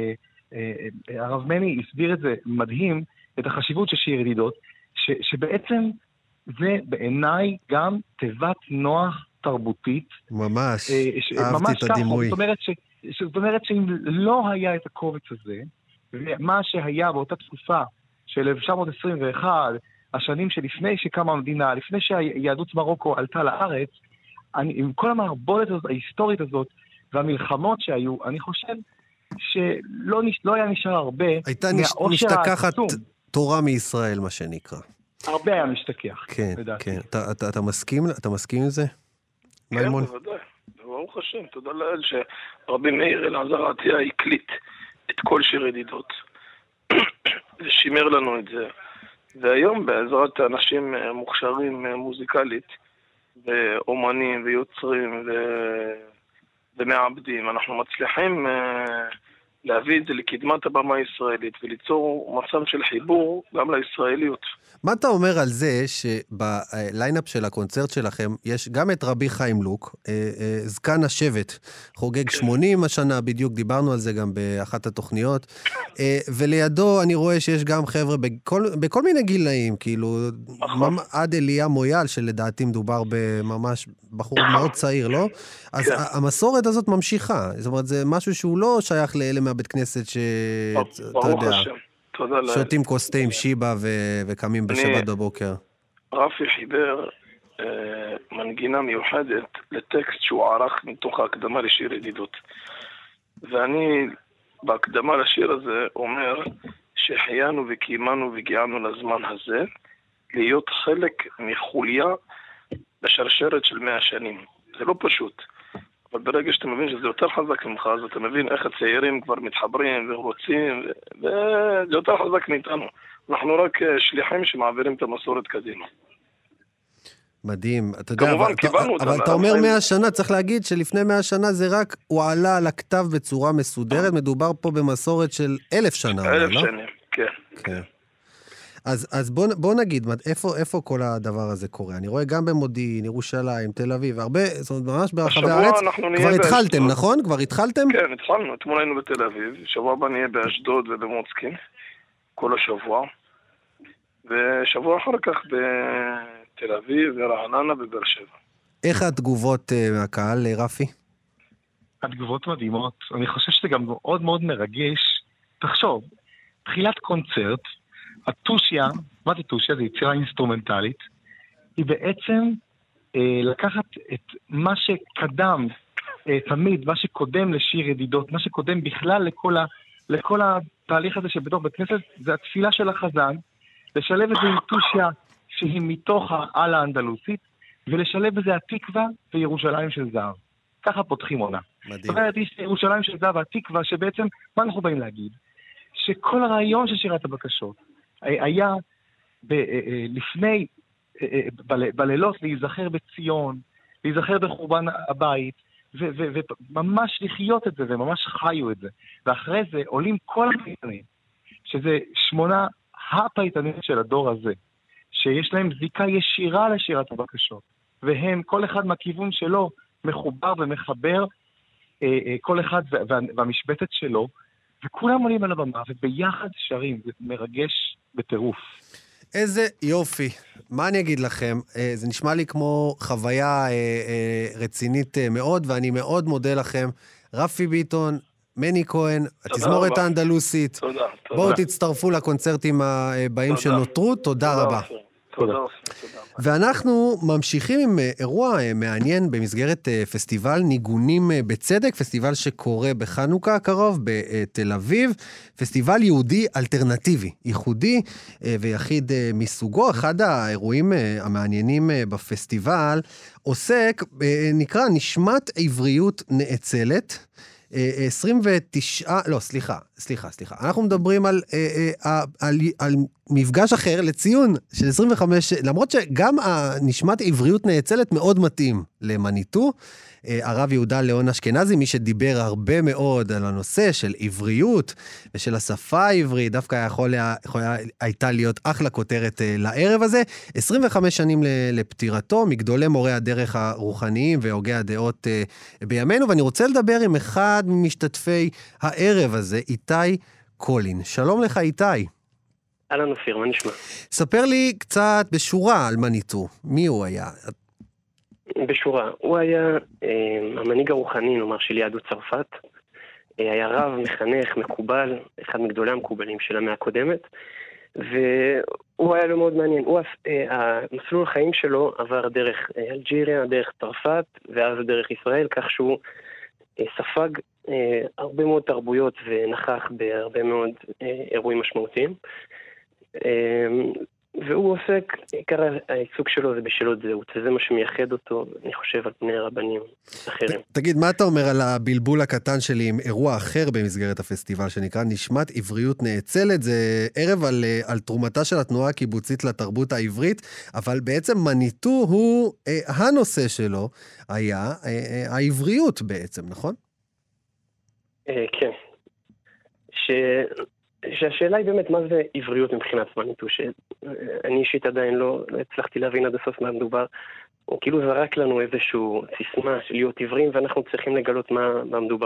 שהרב מני הסביר את זה מדהים, את החשיבות של שיר ידידות, שבעצם זה בעיניי גם תיבת נוח תרבותית. ממש, אהבתי את הדימוי. זאת אומרת שאם לא היה את הקובץ הזה, ומה שהיה באותה תקופה של 1921, השנים שלפני שקמה המדינה, לפני שיהדות מרוקו עלתה לארץ, עם כל המערבולת ההיסטורית הזאת, והמלחמות שהיו, אני חושב שלא היה נשאר הרבה. הייתה משתכחת תורה מישראל, מה שנקרא. הרבה היה משתכח. כן, כן. אתה מסכים עם זה? כן, בוודאי. ברוך השם, תודה לאל שרבי מאיר אלעזר עטיה הקליט את כל שיר ידידות. ושימר לנו את זה. והיום בעזרת אנשים מוכשרים מוזיקלית, ואומנים ויוצרים ומעבדים, אנחנו מצליחים להביא את זה לקדמת הבמה הישראלית וליצור מצב של חיבור גם לישראליות. מה אתה אומר על זה שבליינאפ של הקונצרט שלכם יש גם את רבי חיים לוק, זקן השבט, חוגג 80 השנה, בדיוק דיברנו על זה גם באחת התוכניות, ולידו אני רואה שיש גם חבר'ה בכל מיני גילאים, כאילו עד אליה מויאל, שלדעתי מדובר בממש בחור מאוד צעיר, לא? אז המסורת הזאת ממשיכה, זאת אומרת זה משהו שהוא לא שייך לאלה מהבית כנסת שאתה יודע, שותים כוס תה עם שיבה וקמים בשבת בבוקר. רפי חיבר מנגינה מיוחדת לטקסט שהוא ערך מתוך ההקדמה לשיר ידידות. ואני בהקדמה לשיר הזה אומר שחיינו וקיימנו והגיענו לזמן הזה להיות חלק מחוליה בשרשרת של 100 שנים. זה לא פשוט. אבל ברגע שאתה מבין שזה יותר חזק ממך, אז אתה מבין איך הצעירים כבר מתחברים ורוצים, וזה יותר חזק מאיתנו. אנחנו רק שליחים שמעבירים את המסורת קדימה. מדהים. אתה יודע, אבל אתה אומר 100 שנה, צריך להגיד שלפני 100 שנה זה רק, הוא עלה על הכתב בצורה מסודרת, מדובר פה במסורת של 1,000 שנה. 1,000 שנים, כן. אז בוא נגיד, איפה כל הדבר הזה קורה? אני רואה גם במודיעין, ירושלים, תל אביב, הרבה, זאת אומרת, ממש ברחבי הארץ. כבר התחלתם, נכון? כבר התחלתם? כן, התחלנו. אתמול היינו בתל אביב, שבוע הבא נהיה באשדוד ובמוצקין, כל השבוע. ושבוע אחר כך בתל אביב ורעננה ובאר שבע. איך התגובות מהקהל, רפי? התגובות מדהימות. אני חושב שזה גם מאוד מאוד מרגש. תחשוב, תחילת קונצרט, הטושיה, מה זה טושיה? זה יצירה אינסטרומנטלית, היא בעצם לקחת את מה שקדם תמיד, מה שקודם לשיר ידידות, מה שקודם בכלל לכל התהליך הזה שבתוך בית כנסת, זה התפילה של החזן, לשלב את זה עם טושיה שהיא מתוך העל האנדלוסית, ולשלב בזה התקווה וירושלים של זהב. ככה פותחים עונה. מדהים. זאת אומרת, יש ירושלים של זהב והתקווה, שבעצם, מה אנחנו באים להגיד? שכל הרעיון של שירת הבקשות היה לפני, בלילות להיזכר בציון, להיזכר בחורבן הבית, וממש לחיות את זה, וממש חיו את זה. ואחרי זה עולים כל הפייטנים, שזה 8 הפייטנים של הדור הזה, שיש להם זיקה ישירה לשירת הבקשות, והם, כל אחד מהכיוון שלו, מחובר ומחבר, כל אחד והמשבטת שלו, וכולם עולים על הבמה, וביחד שרים, זה מרגש בטירוף. איזה יופי. מה אני אגיד לכם? זה נשמע לי כמו חוויה רצינית מאוד, ואני מאוד מודה לכם. רפי ביטון, מני כהן, התזמורת האנדלוסית. תודה. בואו תצטרפו לקונצרטים הבאים שנותרו. תודה רבה. תודה. ואנחנו ממשיכים עם אירוע מעניין במסגרת פסטיבל ניגונים בצדק, פסטיבל שקורה בחנוכה הקרוב בתל אביב, פסטיבל יהודי אלטרנטיבי, ייחודי ויחיד מסוגו. אחד האירועים המעניינים בפסטיבל עוסק, נקרא נשמת עבריות נאצלת, 29, לא, סליחה. אנחנו מדברים על מפגש אחר לציון של 25, למרות שגם הנשמת עבריות נאצלת מאוד מתאים למניטו. הרב יהודה ליאון אשכנזי, מי שדיבר הרבה מאוד על הנושא של עבריות ושל השפה העברית, דווקא הייתה להיות אחלה כותרת לערב הזה. 25 שנים לפטירתו, מגדולי מורי הדרך הרוחניים והוגי הדעות בימינו, ואני רוצה לדבר עם אחד ממשתתפי הערב הזה, איתי קולין. שלום לך איתי. אהלן אופיר, מה נשמע? ספר לי קצת בשורה על מניטו. מי הוא היה? בשורה. הוא היה המנהיג הרוחני, נאמר, של יהדות צרפת. היה רב, מחנך, מקובל, אחד מגדולי המקובלים של המאה הקודמת. והוא היה לו מאוד מעניין. המסלול החיים שלו עבר דרך אלג'יריה, דרך צרפת, ואז דרך ישראל, כך שהוא ספג הרבה מאוד תרבויות ונכח בהרבה מאוד אירועים משמעותיים. והוא עוסק, עיקר העיסוק שלו זה בשאלות זהות, וזה מה שמייחד אותו, אני חושב, על פני רבנים אחרים. תגיד, מה אתה אומר על הבלבול הקטן שלי עם אירוע אחר במסגרת הפסטיבל, שנקרא נשמת עבריות נאצלת? זה ערב על תרומתה של התנועה הקיבוצית לתרבות העברית, אבל בעצם מניטו הוא, הנושא שלו היה העבריות בעצם, נכון? כן. שהשאלה היא באמת מה זה עבריות מבחינת מניטו, שאני אישית עדיין לא הצלחתי להבין עד הסוף מה מדובר. הוא כאילו זרק לנו איזשהו סיסמה של להיות עברים, ואנחנו צריכים לגלות מה מדובר.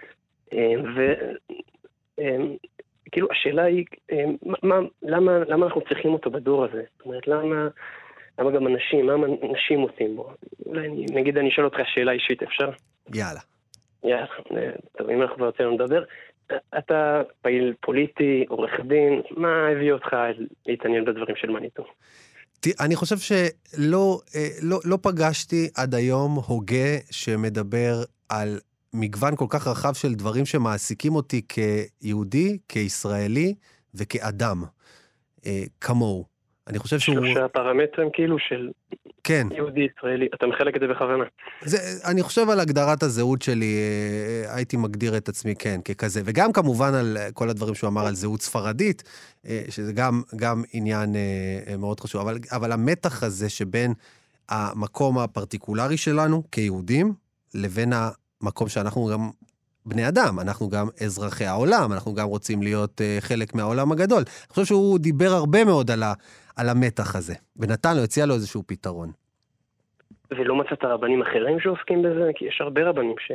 וכאילו השאלה היא, למה אנחנו צריכים אותו בדור הזה? זאת אומרת, למה גם אנשים, מה אנשים עושים בו? אולי נגיד אני אשאל אותך שאלה אישית, אפשר? יאללה. טוב, אם אנחנו כבר רוצים לדבר, אתה פעיל פוליטי, עורך דין, מה הביא אותך להתעניין בדברים של מניטו? אני חושב שלא פגשתי עד היום הוגה שמדבר על מגוון כל כך רחב של דברים שמעסיקים אותי כיהודי, כישראלי וכאדם, כמוהו. אני חושב שהוא... שלושה פרמטרים כאילו של כן. יהודי ישראלי, אתה מחלק את זה בכוונה. אני חושב על הגדרת הזהות שלי, הייתי מגדיר את עצמי כן, ככזה, וגם כמובן על כל הדברים שהוא אמר על זהות ספרדית, שזה גם עניין מאוד חשוב, אבל המתח הזה שבין המקום הפרטיקולרי שלנו כיהודים, לבין המקום שאנחנו גם בני אדם, אנחנו גם אזרחי העולם, אנחנו גם רוצים להיות חלק מהעולם הגדול. אני חושב שהוא דיבר הרבה מאוד על המתח הזה, ונתן לו, הציע לו איזשהו פתרון. ולא מצאת רבנים אחרים שעוסקים בזה? כי יש הרבה רבנים ש...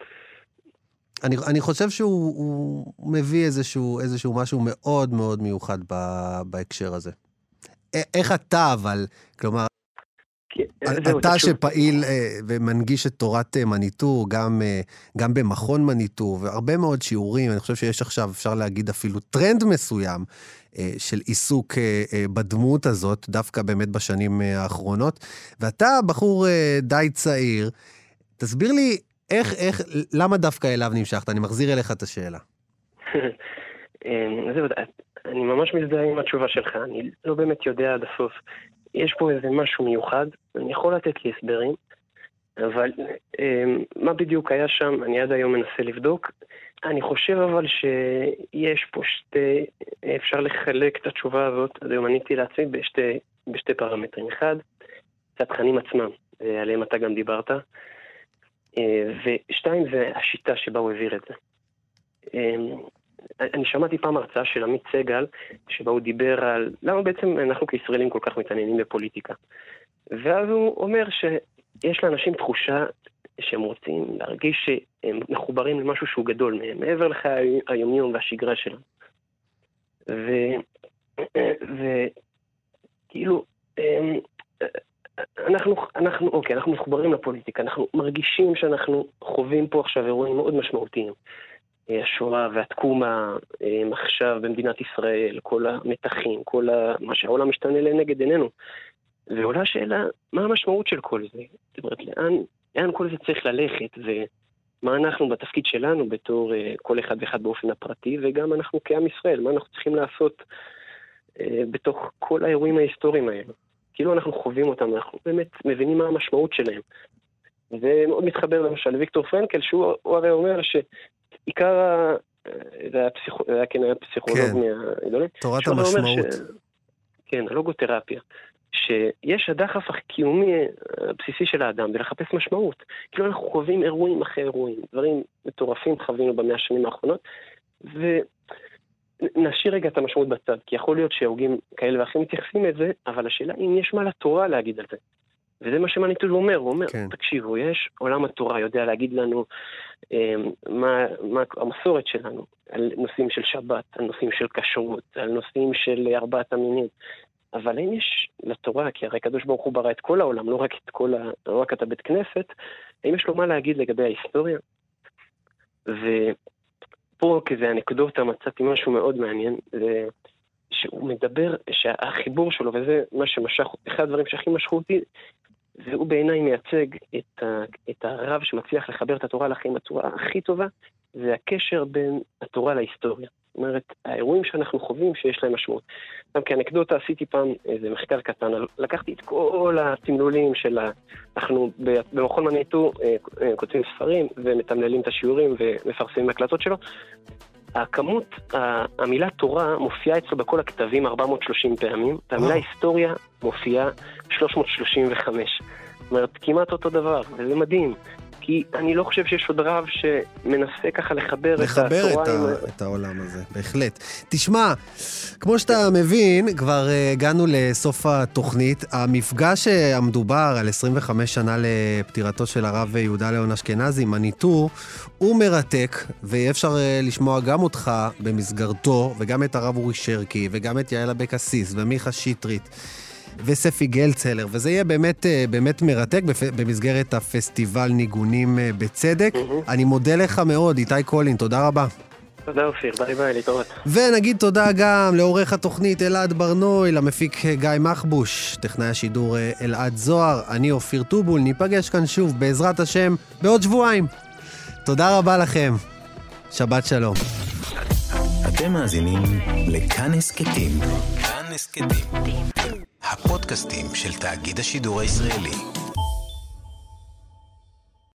אני חושב שהוא מביא איזשהו משהו מאוד מאוד מיוחד בהקשר הזה. איך אתה אבל, כלומר, אתה שפעיל ומנגיש את תורת מניטו, גם במכון מניטו, והרבה מאוד שיעורים, אני חושב שיש עכשיו, אפשר להגיד אפילו טרנד מסוים, של עיסוק בדמות הזאת, דווקא באמת בשנים האחרונות, ואתה בחור די צעיר, תסביר לי למה דווקא אליו נמשכת? אני מחזיר אליך את השאלה. אני ממש מזדהה עם התשובה שלך, אני לא באמת יודע עד הסוף. יש פה איזה משהו מיוחד, אני יכול לתת לי הסברים. אבל מה בדיוק היה שם, אני עד היום מנסה לבדוק. אני חושב אבל שיש פה אפשר לחלק את התשובה הזאת, אז היום עניתי לעצמי בשתי פרמטרים. אחד, זה התכנים עצמם, עליהם אתה גם דיברת, ושתיים, זה השיטה שבה הוא העביר את זה. אני שמעתי פעם הרצאה של עמית סגל, שבה הוא דיבר על למה בעצם אנחנו כישראלים כל כך מתעניינים בפוליטיקה. ואז הוא אומר שיש לאנשים תחושה שהם רוצים להרגיש שהם מחוברים למשהו שהוא גדול מהם, מעבר לחיי היומיום והשגרה שלהם. וכאילו, אנחנו מחוברים לפוליטיקה, אנחנו מרגישים שאנחנו חווים פה עכשיו אירועים מאוד משמעותיים. השואה והתקומה עכשיו במדינת ישראל, כל המתחים, מה שהעולם משתנה לנגד עינינו. ועולה השאלה, מה המשמעות של כל זה? זאת אומרת, לאן כל זה צריך ללכת, ומה אנחנו בתפקיד שלנו בתור כל אחד ואחד באופן הפרטי, וגם אנחנו כעם ישראל, מה אנחנו צריכים לעשות בתוך כל האירועים ההיסטוריים האלה. כאילו אנחנו חווים אותם, אנחנו באמת מבינים מה המשמעות שלהם. זה מאוד מתחבר למשל לוויקטור פרנקל, שהוא הרי אומר שעיקר זה היה פסיכולוג מהגדולים. תורת המשמעות. כן, הלוגותרפיה. שיש הדחף הקיומי הבסיסי של האדם, ולחפש משמעות. כאילו אנחנו חווים אירועים אחרי אירועים, דברים מטורפים חווינו ב100 השנים האחרונות, ונשאיר רגע את המשמעות בצד, כי יכול להיות שההוגים כאלה ואחרים מתייחסים את זה, אבל השאלה אם יש מה לתורה להגיד על זה. וזה מה שמניטול אומר, הוא אומר, תקשיבו, יש עולם התורה, יודע להגיד לנו מה המסורת שלנו, על נושאים של שבת, על נושאים של כשרות, על נושאים של 4 המינים, אבל אם יש לתורה, כי הרי הקדוש ברוך הוא ברא את כל העולם, לא רק את הבית כנסת, אם יש לו מה להגיד לגבי ההיסטוריה. ופה כזה אנקדוטה מצאתי משהו מאוד מעניין, זה שהוא מדבר, שהחיבור שלו, וזה מה שמשך, אחד הדברים שהכי משכו אותי, והוא בעיניי מייצג את הרב שמצליח לחבר את התורה לחיים בצורה הכי טובה, זה הקשר בין התורה להיסטוריה. זאת אומרת, האירועים שאנחנו חווים שיש להם משמעות. גם כאנקדוטה עשיתי פעם איזה מחקר קטן, לקחתי את כל התמלולים של אנחנו במכון מניטו כותבים ספרים ומתמללים את השיעורים ומפרסמים הקלטות שלו. המילה תורה מופיעה אצלו בכל הכתבים 430 פעמים, והמילה היסטוריה מופיעה 335. זאת אומרת, כמעט אותו דבר, וזה מדהים. כי אני לא חושב שיש עוד רב שמנסה ככה לחבר את העולם הזה, בהחלט. תשמע, כמו שאתה מבין, כבר הגענו לסוף התוכנית. המפגש המדובר על 25 שנה לפטירתו של הרב יהודה ליאון אשכנזי, מניטור, הוא מרתק, ואפשר לשמוע גם אותך במסגרתו, וגם את הרב אורי שרקי, וגם את יעל אבקסיס, ומיכה שטרית. וספי גלצלר, וזה יהיה באמת מרתק במסגרת הפסטיבל ניגונים בצדק. אני מודה לך מאוד, איתי קולין, תודה רבה. תודה אופיר, ביי ביי, להתראות. ונגיד תודה גם לעורך התוכנית אלעד ברנוי, למפיק גיא מחבוש, טכנאי השידור אלעד זוהר, אני אופיר טובול, ניפגש כאן שוב בעזרת השם בעוד שבועיים. תודה רבה לכם, שבת שלום. אתם מאזינים לכאן הסכתים. כאן הסכתים. הפודקאסטים של תאגיד השידור הישראלי.